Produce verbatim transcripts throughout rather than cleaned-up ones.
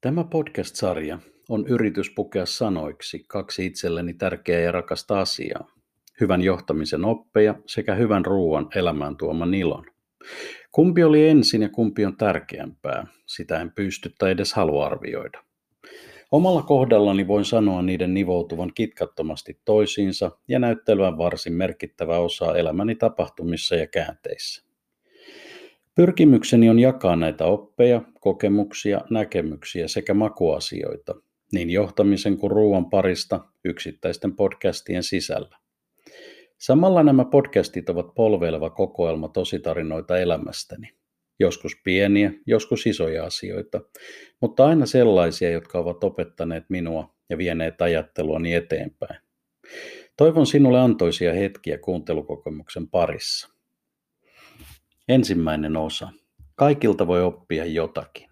Tämä podcast-sarja on yritys pukea sanoiksi kaksi itselleni tärkeää ja rakasta asiaa. Hyvän johtamisen oppeja sekä hyvän ruoan elämään tuoman ilon. Kumpi oli ensin ja kumpi on tärkeämpää, sitä en pysty tai edes halua arvioida. Omalla kohdallani voin sanoa niiden nivoutuvan kitkattomasti toisiinsa ja näyttelevän varsin merkittävää osaa elämäni tapahtumissa ja käänteissä. Pyrkimykseni on jakaa näitä oppeja, kokemuksia, näkemyksiä sekä makuasioita, niin johtamisen kuin ruoan parista yksittäisten podcastien sisällä. Samalla nämä podcastit ovat polveileva kokoelma tositarinoita elämästäni. Joskus pieniä, joskus isoja asioita, mutta aina sellaisia, jotka ovat opettaneet minua ja vieneet ajatteluani eteenpäin. Toivon sinulle antoisia hetkiä kuuntelukokemuksen parissa. Ensimmäinen osa. Kaikilta voi oppia jotakin.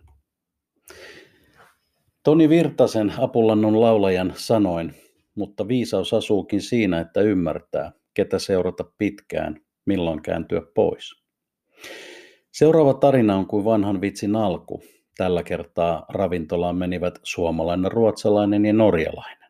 Toni Virtasen Apulannon laulajan sanoin, mutta viisaus asuukin siinä, että ymmärtää, ketä seurata pitkään, milloin kääntyä pois. Seuraava tarina on kuin vanhan vitsin alku. Tällä kertaa ravintolaan menivät suomalainen, ruotsalainen ja norjalainen.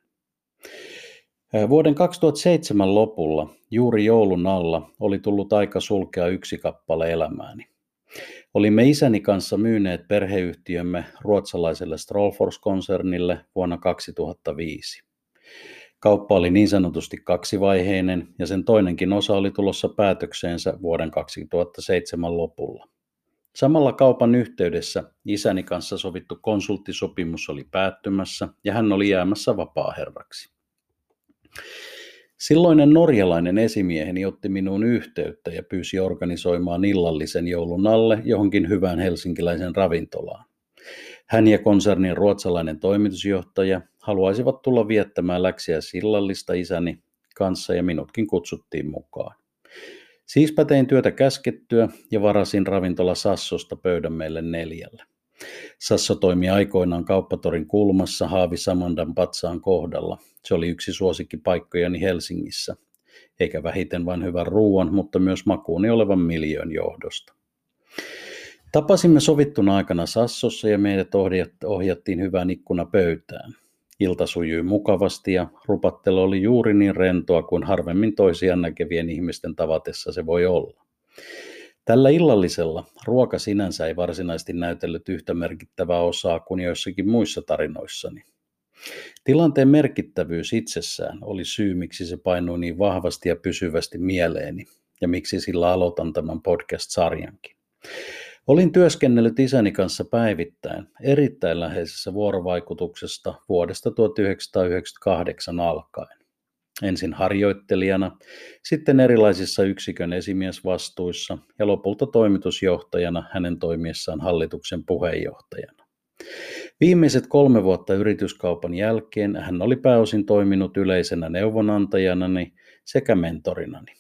Vuoden kaksituhattaseitsemän lopulla, juuri joulun alla, oli tullut aika sulkea yksi kappale elämääni. Olimme isäni kanssa myyneet perheyhtiömme ruotsalaiselle Strålfors-konsernille vuonna kaksituhattaviisi. Kauppa oli niin sanotusti kaksivaiheinen ja sen toinenkin osa oli tulossa päätökseensä vuoden kaksituhattaseitsemän lopulla. Samalla kaupan yhteydessä isäni kanssa sovittu konsulttisopimus oli päättymässä ja hän oli jäämässä vapaaherraksi. Silloinen norjalainen esimieheni otti minuun yhteyttä ja pyysi organisoimaan illallisen joulun alle johonkin hyvään helsinkiläisen ravintolaan. Hän ja konsernin ruotsalainen toimitusjohtaja haluaisivat tulla viettämään läksiäisillallista isäni kanssa ja minutkin kutsuttiin mukaan. Siispä tein työtä käskettyä ja varasin ravintola Sassosta pöydän meille neljälle. Sasso toimi aikoinaan Kauppatorin kulmassa Haavi Samandan patsaan kohdalla. Se oli yksi suosikkipaikkojani Helsingissä, eikä vähiten vain hyvän ruoan, mutta myös makuuni olevan miljöön johdosta. Tapasimme sovittuna aikana Sassossa ja meidät ohjattiin hyvään ikkunapöytään. Ilta sujui mukavasti ja rupattelu oli juuri niin rentoa kuin harvemmin toisiaan näkevien ihmisten tavatessa se voi olla. Tällä illallisella ruoka sinänsä ei varsinaisesti näytellyt yhtä merkittävää osaa kuin joissakin muissa tarinoissani. Tilanteen merkittävyys itsessään oli syy, miksi se painui niin vahvasti ja pysyvästi mieleeni ja miksi sillä aloitan tämän podcast-sarjankin. Olin työskennellyt isäni kanssa päivittäin erittäin läheisessä vuorovaikutuksesta vuodesta tuhatyhdeksänsataayhdeksänkymmentäkahdeksan alkaen. Ensin harjoittelijana, sitten erilaisissa yksikön esimiesvastuissa ja lopulta toimitusjohtajana hänen toimiessaan hallituksen puheenjohtajana. Viimeiset kolme vuotta yrityskaupan jälkeen hän oli pääosin toiminut yleisenä neuvonantajanani sekä mentorinani.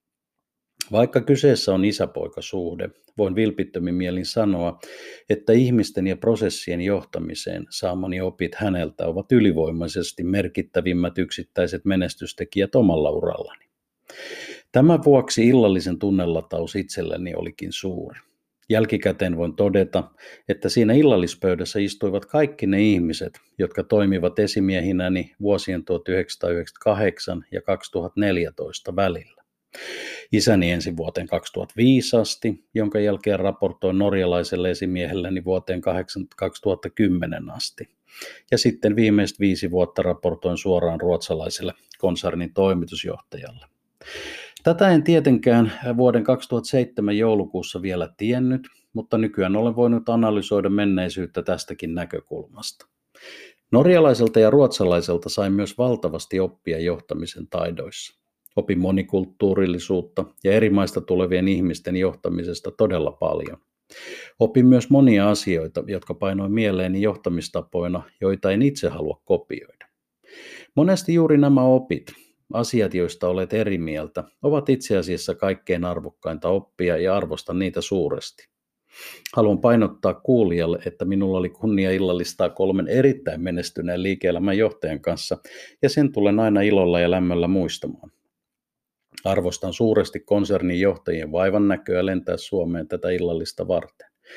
Vaikka kyseessä on isäpoikasuhde, voin vilpittömin mielin sanoa, että ihmisten ja prosessien johtamiseen saamani opit häneltä ovat ylivoimaisesti merkittävimmät yksittäiset menestystekijät omalla urallani. Tämän vuoksi illallisen tunnelataus itselleni olikin suuri. Jälkikäteen voin todeta, että siinä illallispöydässä istuivat kaikki ne ihmiset, jotka toimivat esimiehinäni vuosien tuhatyhdeksänsataayhdeksänkymmentäkahdeksan ja kaksituhattaneljätoista välillä. Isäni ensin vuoteen kaksituhattaviisi asti, jonka jälkeen raportoin norjalaiselle esimiehelleni vuoteen kaksituhattakymmenen asti. Ja sitten viimeiset viisi vuotta raportoin suoraan ruotsalaiselle konsernin toimitusjohtajalle. Tätä en tietenkään vuoden kaksituhattaseitsemän joulukuussa vielä tiennyt, mutta nykyään olen voinut analysoida menneisyyttä tästäkin näkökulmasta. Norjalaiselta ja ruotsalaiselta sain myös valtavasti oppia johtamisen taidoissa. Opin monikulttuurillisuutta ja eri maista tulevien ihmisten johtamisesta todella paljon. Opin myös monia asioita, jotka painoin mieleeni johtamistapoina, joita en itse halua kopioida. Monesti juuri nämä opit, asiat joista olet eri mieltä, ovat itse asiassa kaikkein arvokkainta oppia ja arvostan niitä suuresti. Haluan painottaa kuulijalle, että minulla oli kunnia illallistaa kolmen erittäin menestyneen liike-elämän johtajan kanssa ja sen tulen aina ilolla ja lämmöllä muistamaan. Arvostan suuresti konsernin johtajien vaivan näköä lentää Suomeen tätä illallista varten.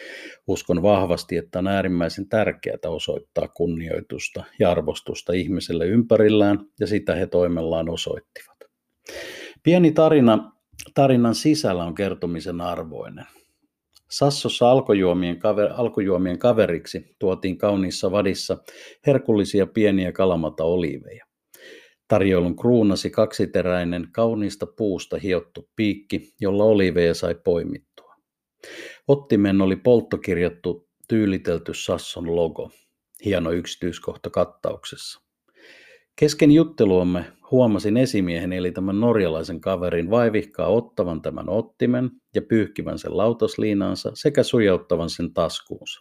Uskon vahvasti, että on äärimmäisen tärkeää osoittaa kunnioitusta ja arvostusta ihmiselle ympärillään, ja sitä he toimellaan osoittivat. Pieni tarina tarinan sisällä on kertomisen arvoinen. Sassossa alkujuomien, kaver, alkujuomien kaveriksi tuotiin kauniissa vadissa herkullisia pieniä kalamata-oliiveja. Tarjoilun kruunasi kaksiteräinen kauniista puusta hiottu piikki, jolla oliiveja sai poimittua. Ottimeen oli polttokirjattu tyylitelty Sasson logo, hieno yksityiskohta kattauksessa. Kesken jutteluamme huomasin esimiehen eli tämän norjalaisen kaverin vaivihkaa ottavan tämän ottimen ja pyyhkivän sen lautasliinaansa sekä sujauttavan sen taskuunsa.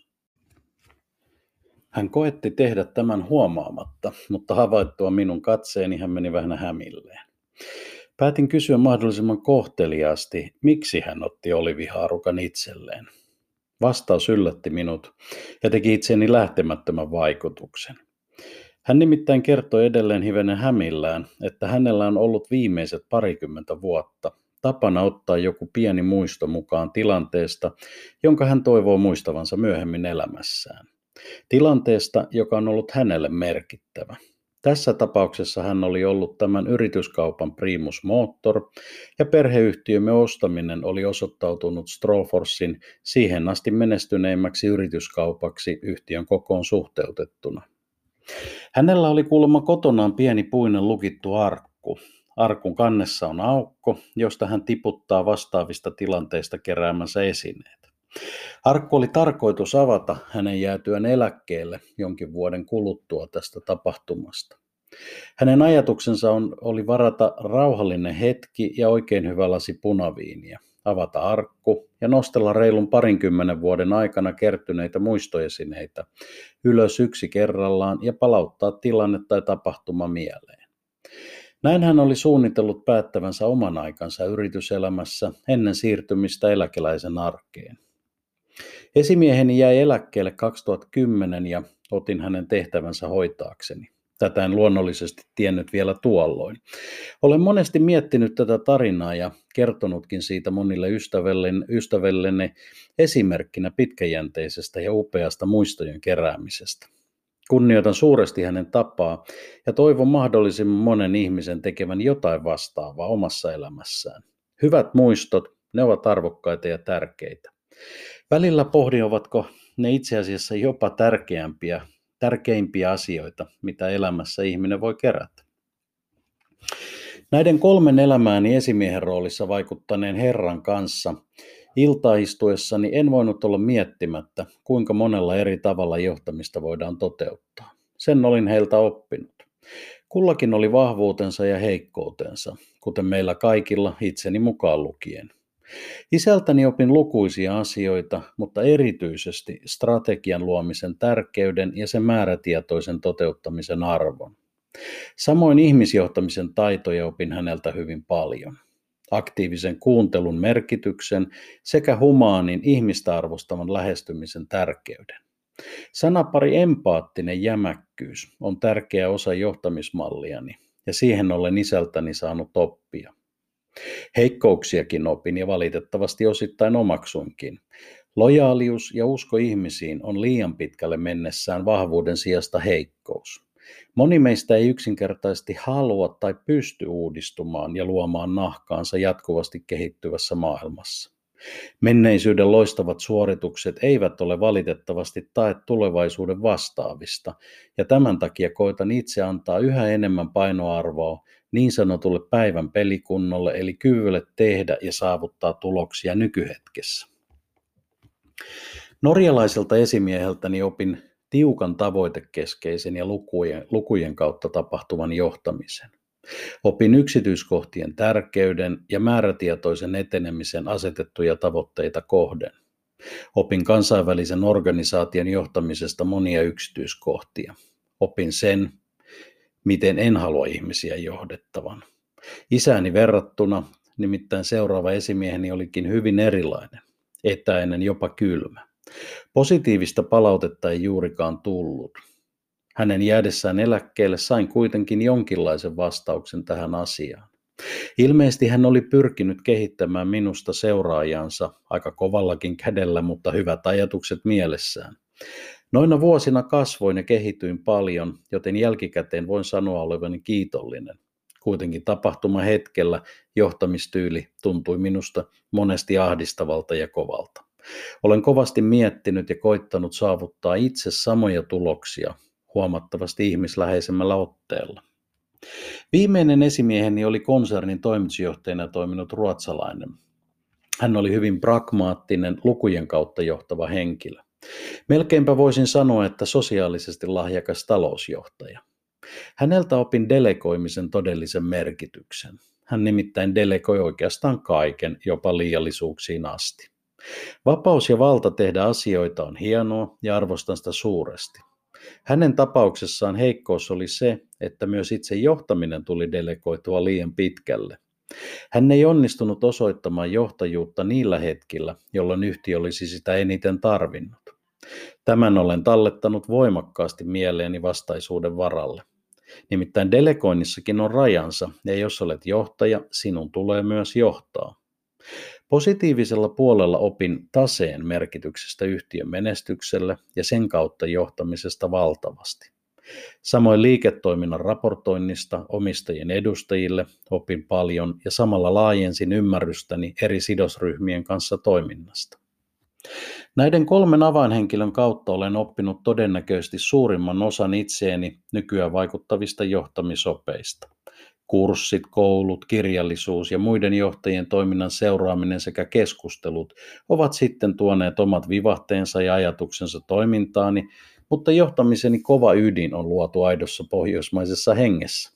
Hän koetti tehdä tämän huomaamatta, mutta havaittua minun katseeni hän meni vähän hämilleen. Päätin kysyä mahdollisimman kohteliaasti, miksi hän otti olivihaarukan itselleen. Vastaus yllätti minut ja teki itseeni lähtemättömän vaikutuksen. Hän nimittäin kertoi edelleen hivenen hämillään, että hänellä on ollut viimeiset parikymmentä vuotta tapana ottaa joku pieni muisto mukaan tilanteesta, jonka hän toivoo muistavansa myöhemmin elämässään. Tilanteesta, joka on ollut hänelle merkittävä. Tässä tapauksessa hän oli ollut tämän yrityskaupan primus motor ja perheyhtiömme ostaminen oli osoittautunut Stroforsin siihen asti menestyneimmäksi yrityskaupaksi yhtiön kokoon suhteutettuna. Hänellä oli kuulemma kotonaan pieni puinen lukittu arkku. Arkun kannessa on aukko, josta hän tiputtaa vastaavista tilanteista keräämänsä esineet. Arkku oli tarkoitus avata hänen jäätyään eläkkeelle jonkin vuoden kuluttua tästä tapahtumasta. Hänen ajatuksensa on, oli varata rauhallinen hetki ja oikein hyvä lasi punaviiniä, avata arkku ja nostella reilun parinkymmenen vuoden aikana kertyneitä muistoesineitä ylös yksi kerrallaan ja palauttaa tilanne tai tapahtuma mieleen. Näin hän oli suunnitellut päättävänsä oman aikansa yrityselämässä ennen siirtymistä eläkeläisen arkeen. Esimieheni jäi eläkkeelle kaksituhattakymmenen ja otin hänen tehtävänsä hoitaakseni. Tätä en luonnollisesti tiennyt vielä tuolloin. Olen monesti miettinyt tätä tarinaa ja kertonutkin siitä monille ystävilleni esimerkkinä pitkäjänteisestä ja upeasta muistojen keräämisestä. Kunnioitan suuresti hänen tapaa ja toivon mahdollisimman monen ihmisen tekevän jotain vastaavaa omassa elämässään. Hyvät muistot, ne ovat arvokkaita ja tärkeitä. Välillä pohdin, ovatko ne itse asiassa jopa tärkeämpiä, tärkeimpiä asioita, mitä elämässä ihminen voi kerätä. Näiden kolmen elämääni esimiehen roolissa vaikuttaneen herran kanssa iltaistuessani en voinut olla miettimättä, kuinka monella eri tavalla johtamista voidaan toteuttaa. Sen olin heiltä oppinut. Kullakin oli vahvuutensa ja heikkoutensa, kuten meillä kaikilla itseni mukaan lukien. Isältäni opin lukuisia asioita, mutta erityisesti strategian luomisen tärkeyden ja sen määrätietoisen toteuttamisen arvon. Samoin ihmisjohtamisen taitoja opin häneltä hyvin paljon. Aktiivisen kuuntelun merkityksen sekä humaanin ihmistä arvostavan lähestymisen tärkeyden. Sanapari empaattinen jämäkkyys on tärkeä osa johtamismalliani ja siihen olen isältäni saanut oppia. Heikkouksiakin opin ja valitettavasti osittain omaksuinkin. Lojaalius ja usko ihmisiin on liian pitkälle mennessään vahvuuden sijasta heikkous. Moni meistä ei yksinkertaisesti halua tai pysty uudistumaan ja luomaan nahkaansa jatkuvasti kehittyvässä maailmassa. Menneisyyden loistavat suoritukset eivät ole valitettavasti tae tulevaisuuden vastaavista, ja tämän takia koitan itse antaa yhä enemmän painoarvoa niin sanotulle päivän pelikunnolle, eli kyvylle tehdä ja saavuttaa tuloksia nykyhetkessä. Norjalaiselta esimieheltäni opin tiukan tavoitekeskeisen ja lukujen, lukujen kautta tapahtuvan johtamisen. Opin yksityiskohtien tärkeyden ja määrätietoisen etenemisen asetettuja tavoitteita kohden. Opin kansainvälisen organisaation johtamisesta monia yksityiskohtia. Opin sen, miten en halua ihmisiä johdettavan. Isääni verrattuna, nimittäin seuraava esimieheni olikin hyvin erilainen, etäinen, jopa kylmä. Positiivista palautetta ei juurikaan tullut. Hänen jäädessään eläkkeelle sain kuitenkin jonkinlaisen vastauksen tähän asiaan. Ilmeisesti hän oli pyrkinyt kehittämään minusta seuraajansa aika kovallakin kädellä, mutta hyvät ajatukset mielessään. Noina vuosina kasvoin ja kehityin paljon, joten jälkikäteen voin sanoa olevani kiitollinen. Kuitenkin tapahtuma hetkellä johtamistyyli tuntui minusta monesti ahdistavalta ja kovalta. Olen kovasti miettinyt ja koittanut saavuttaa itse samoja tuloksia huomattavasti ihmisläheisemmällä otteella. Viimeinen esimieheni oli konsernin toimitusjohtajana toiminut ruotsalainen. Hän oli hyvin pragmaattinen, lukujen kautta johtava henkilö. Melkeinpä voisin sanoa, että sosiaalisesti lahjakas talousjohtaja. Häneltä opin delegoimisen todellisen merkityksen. Hän nimittäin delegoi oikeastaan kaiken, jopa liiallisuuksiin asti. Vapaus ja valta tehdä asioita on hienoa ja arvostan sitä suuresti. Hänen tapauksessaan heikkous oli se, että myös itse johtaminen tuli delegoitua liian pitkälle. Hän ei onnistunut osoittamaan johtajuutta niillä hetkillä, jolloin yhtiö olisi sitä eniten tarvinnut. Tämän olen tallettanut voimakkaasti mieleeni vastaisuuden varalle. Nimittäin delegoinnissakin on rajansa, ja jos olet johtaja, sinun tulee myös johtaa. Positiivisella puolella opin taseen merkityksestä yhtiön menestykselle ja sen kautta johtamisesta valtavasti. Samoin liiketoiminnan raportoinnista omistajien edustajille opin paljon ja samalla laajensin ymmärrystäni eri sidosryhmien kanssa toiminnasta. Näiden kolmen avainhenkilön kautta olen oppinut todennäköisesti suurimman osan itseeni nykyään vaikuttavista johtamisopeista. Kurssit, koulut, kirjallisuus ja muiden johtajien toiminnan seuraaminen sekä keskustelut ovat sitten tuoneet omat vivahteensa ja ajatuksensa toimintaani, mutta johtamiseni kova ydin on luotu aidossa pohjoismaisessa hengessä.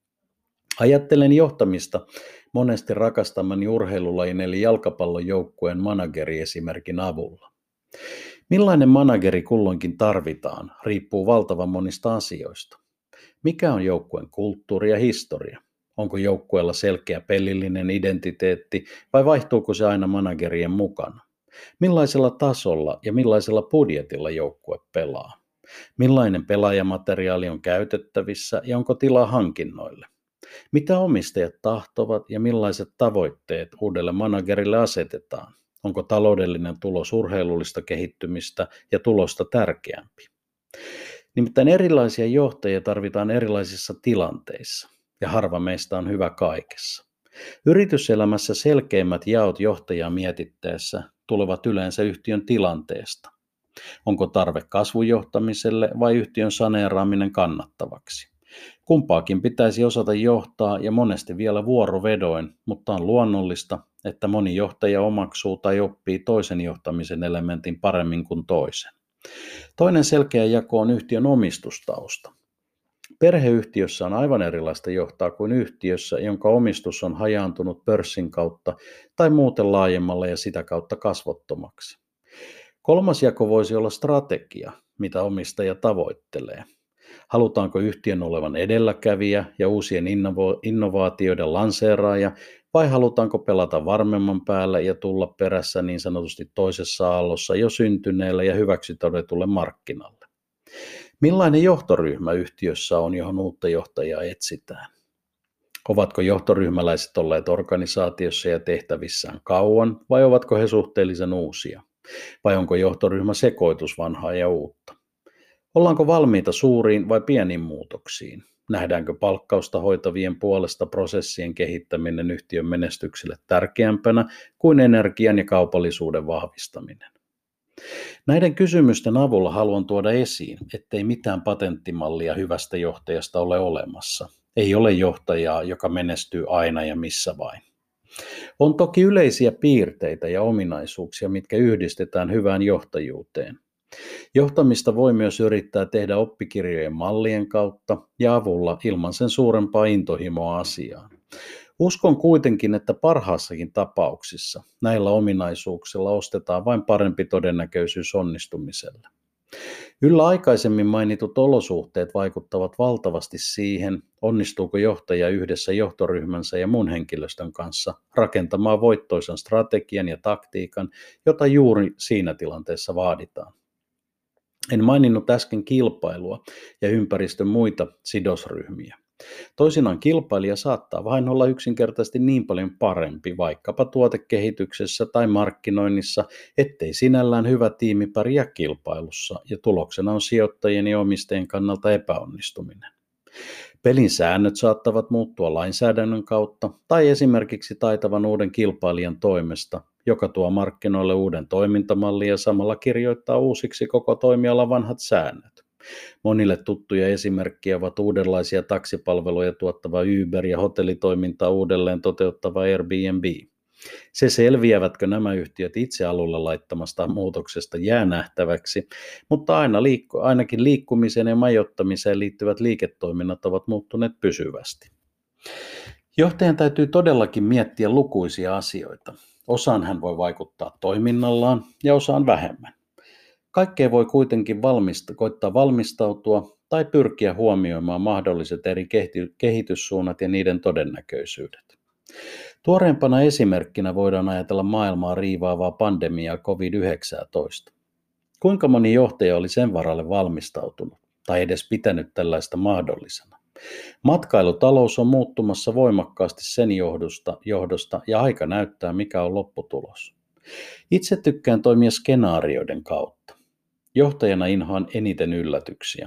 Ajattelen johtamista monesti rakastamani urheilulajin eli jalkapallon joukkueen manageriesimerkin avulla. Millainen manageri kulloinkin tarvitaan, riippuu valtavan monista asioista. Mikä on joukkueen kulttuuri ja historia? Onko joukkueella selkeä pelillinen identiteetti vai vaihtuuko se aina managerien mukana? Millaisella tasolla ja millaisella budjetilla joukkue pelaa? Millainen pelaajamateriaali on käytettävissä ja onko tilaa hankinnoille? Mitä omistajat tahtovat ja millaiset tavoitteet uudelle managerille asetetaan? Onko taloudellinen tulos urheilullista kehittymistä ja tulosta tärkeämpi? Nimittäin erilaisia johtajia tarvitaan erilaisissa tilanteissa, ja harva meistä on hyvä kaikessa. Yrityselämässä selkeimmät jaot johtajaa mietittäessä tulevat yleensä yhtiön tilanteesta. Onko tarve kasvujohtamiselle vai yhtiön saneeraaminen kannattavaksi? Kumpaakin pitäisi osata johtaa ja monesti vielä vuorovedoin, mutta on luonnollista, että moni johtaja omaksuu tai oppii toisen johtamisen elementin paremmin kuin toisen. Toinen selkeä jako on yhtiön omistustausta. Perheyhtiössä on aivan erilaista johtaa kuin yhtiössä, jonka omistus on hajaantunut pörssin kautta tai muuten laajemmalle ja sitä kautta kasvottomaksi. Kolmas jako voisi olla strategia, mitä omistaja tavoittelee. Halutaanko yhtiön olevan edelläkävijä ja uusien innovo- innovaatioiden lanseeraaja, vai halutaanko pelata varmemman päällä ja tulla perässä niin sanotusti toisessa aallossa jo syntyneelle ja hyväksi todetulle markkinalle? Millainen johtoryhmä yhtiössä on, johon uutta johtajaa etsitään? Ovatko johtoryhmäläiset olleet organisaatiossa ja tehtävissään kauan, vai ovatko he suhteellisen uusia? Vai onko johtoryhmä sekoitus vanhaa ja uutta? Ollaanko valmiita suuriin vai pieniin muutoksiin? Nähdäänkö palkkausta hoitavien puolesta prosessien kehittäminen yhtiön menestykselle tärkeämpänä kuin energian ja kaupallisuuden vahvistaminen? Näiden kysymysten avulla haluan tuoda esiin, ettei mitään patenttimallia hyvästä johtajasta ole olemassa. Ei ole johtajaa, joka menestyy aina ja missä vain. On toki yleisiä piirteitä ja ominaisuuksia, mitkä yhdistetään hyvään johtajuuteen. Johtamista voi myös yrittää tehdä oppikirjojen mallien kautta ja avulla ilman sen suurempaa intohimoa asiaan. Uskon kuitenkin, että parhaassakin tapauksissa näillä ominaisuuksilla ostetaan vain parempi todennäköisyys onnistumiselle. Yllä aikaisemmin mainitut olosuhteet vaikuttavat valtavasti siihen, onnistuuko johtaja yhdessä johtoryhmänsä ja muun henkilöstön kanssa rakentamaan voittoisan strategian ja taktiikan, jota juuri siinä tilanteessa vaaditaan. En maininnut äsken kilpailua ja ympäristön muita sidosryhmiä. Toisinaan kilpailija saattaa vain olla yksinkertaisesti niin paljon parempi vaikkapa tuotekehityksessä tai markkinoinnissa, ettei sinällään hyvä tiimi pärjää kilpailussa ja tuloksena on sijoittajien ja omistajien kannalta epäonnistuminen. Pelin säännöt saattavat muuttua lainsäädännön kautta tai esimerkiksi taitavan uuden kilpailijan toimesta, joka tuo markkinoille uuden toimintamallin ja samalla kirjoittaa uusiksi koko toimialan vanhat säännöt. Monille tuttuja esimerkkejä ovat uudenlaisia taksipalveluja tuottava Uber ja hotellitoimintaa uudelleen toteuttava Airbnb. Se selviävätkö nämä yhtiöt itse alulle laittamasta muutoksesta jää nähtäväksi, mutta aina liikku, ainakin liikkumiseen ja majoittamiseen liittyvät liiketoiminnat ovat muuttuneet pysyvästi. Johtajan täytyy todellakin miettiä lukuisia asioita. Osaan hän voi vaikuttaa toiminnallaan ja osaan vähemmän. Kaikkeen voi kuitenkin valmista, koittaa valmistautua tai pyrkiä huomioimaan mahdolliset eri kehityssuunnat ja niiden todennäköisyydet. Tuoreempana esimerkkinä voidaan ajatella maailmaa riivaavaa pandemiaa covid yhdeksäntoista. Kuinka moni johtaja oli sen varalle valmistautunut tai edes pitänyt tällaista mahdollisena? Matkailutalous on muuttumassa voimakkaasti sen johdosta, johdosta ja aika näyttää, mikä on lopputulos. Itse tykkään toimia skenaarioiden kautta. Johtajana inhoan eniten yllätyksiä.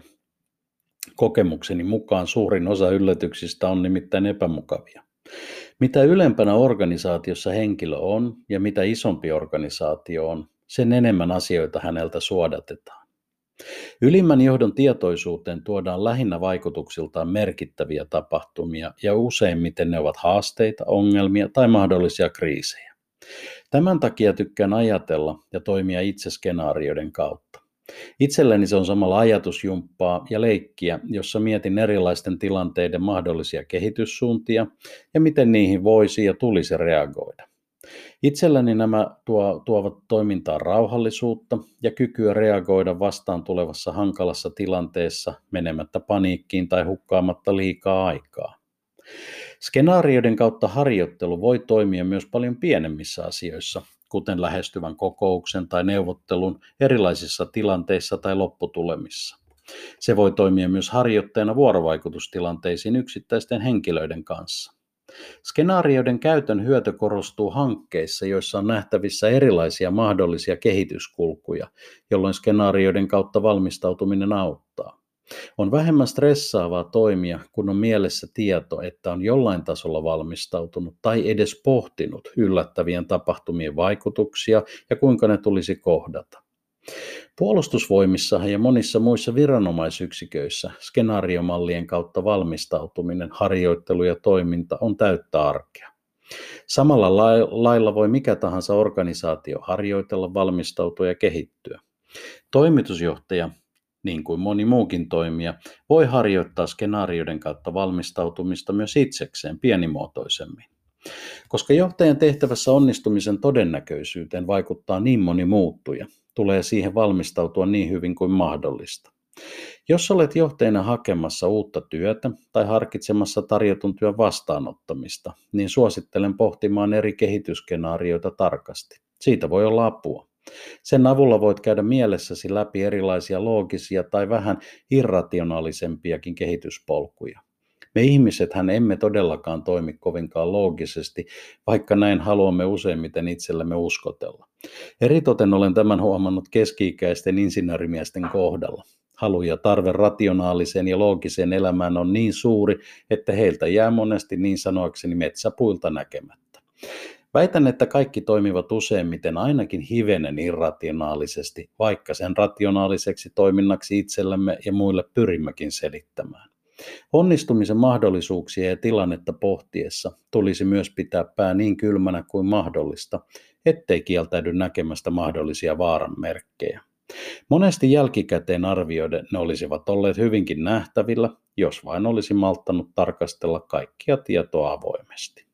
Kokemukseni mukaan suurin osa yllätyksistä on nimittäin epämukavia. Mitä ylempänä organisaatiossa henkilö on ja mitä isompi organisaatio on, sen enemmän asioita häneltä suodatetaan. Ylimmän johdon tietoisuuteen tuodaan lähinnä vaikutuksiltaan merkittäviä tapahtumia ja useimmiten ne ovat haasteita, ongelmia tai mahdollisia kriisejä. Tämän takia tykkään ajatella ja toimia itse skenaarioiden kautta. Itselleni se on samalla ajatusjumppaa ja leikkiä, jossa mietin erilaisten tilanteiden mahdollisia kehityssuuntia ja miten niihin voisi ja tulisi reagoida. Itselläni nämä tuo, tuovat toimintaan rauhallisuutta ja kykyä reagoida vastaan tulevassa hankalassa tilanteessa menemättä paniikkiin tai hukkaamatta liikaa aikaa. Skenaarioiden kautta harjoittelu voi toimia myös paljon pienemmissä asioissa, kuten lähestyvän kokouksen tai neuvottelun erilaisissa tilanteissa tai lopputulemissa. Se voi toimia myös harjoitteena vuorovaikutustilanteisiin yksittäisten henkilöiden kanssa. Skenaarioiden käytön hyöty korostuu hankkeissa, joissa on nähtävissä erilaisia mahdollisia kehityskulkuja, jolloin skenaarioiden kautta valmistautuminen auttaa. On vähemmän stressaavaa toimia, kun on mielessä tieto, että on jollain tasolla valmistautunut tai edes pohtinut yllättävien tapahtumien vaikutuksia ja kuinka ne tulisi kohdata. Puolustusvoimissa ja monissa muissa viranomaisyksiköissä skenaariomallien kautta valmistautuminen, harjoittelu ja toiminta on täyttä arkea. Samalla lailla voi mikä tahansa organisaatio harjoitella, valmistautua ja kehittyä. Toimitusjohtaja, niin kuin moni muukin toimija, voi harjoittaa skenaarioiden kautta valmistautumista myös itsekseen pienimuotoisemmin. Koska johtajan tehtävässä onnistumisen todennäköisyyteen vaikuttaa niin moni muuttuja, tulee siihen valmistautua niin hyvin kuin mahdollista. Jos olet johtajana hakemassa uutta työtä tai harkitsemassa tarjotun työn vastaanottamista, niin suosittelen pohtimaan eri kehitysskenaarioita tarkasti. Siitä voi olla apua. Sen avulla voit käydä mielessäsi läpi erilaisia loogisia tai vähän irrationaalisempiakin kehityspolkuja. Me ihmisethän emme todellakaan toimi kovinkaan loogisesti, vaikka näin haluamme useimmiten itsellemme uskotella. Eritoten olen tämän huomannut keski-ikäisten insinöörimiesten kohdalla. Halu ja tarve rationaaliseen ja loogiseen elämään on niin suuri, että heiltä jää monesti niin sanoakseni metsäpuilta näkemättä. Väitän, että kaikki toimivat useimmiten ainakin hivenen irrationaalisesti, vaikka sen rationaaliseksi toiminnaksi itsellemme ja muille pyrimmekin selittämään. Onnistumisen mahdollisuuksia ja tilannetta pohtiessa tulisi myös pitää pää niin kylmänä kuin mahdollista, ettei kieltäydy näkemästä mahdollisia vaaranmerkkejä. Monesti jälkikäteen arvioiden ne olisivat olleet hyvinkin nähtävillä, jos vain olisi malttanut tarkastella kaikkia tietoa avoimesti.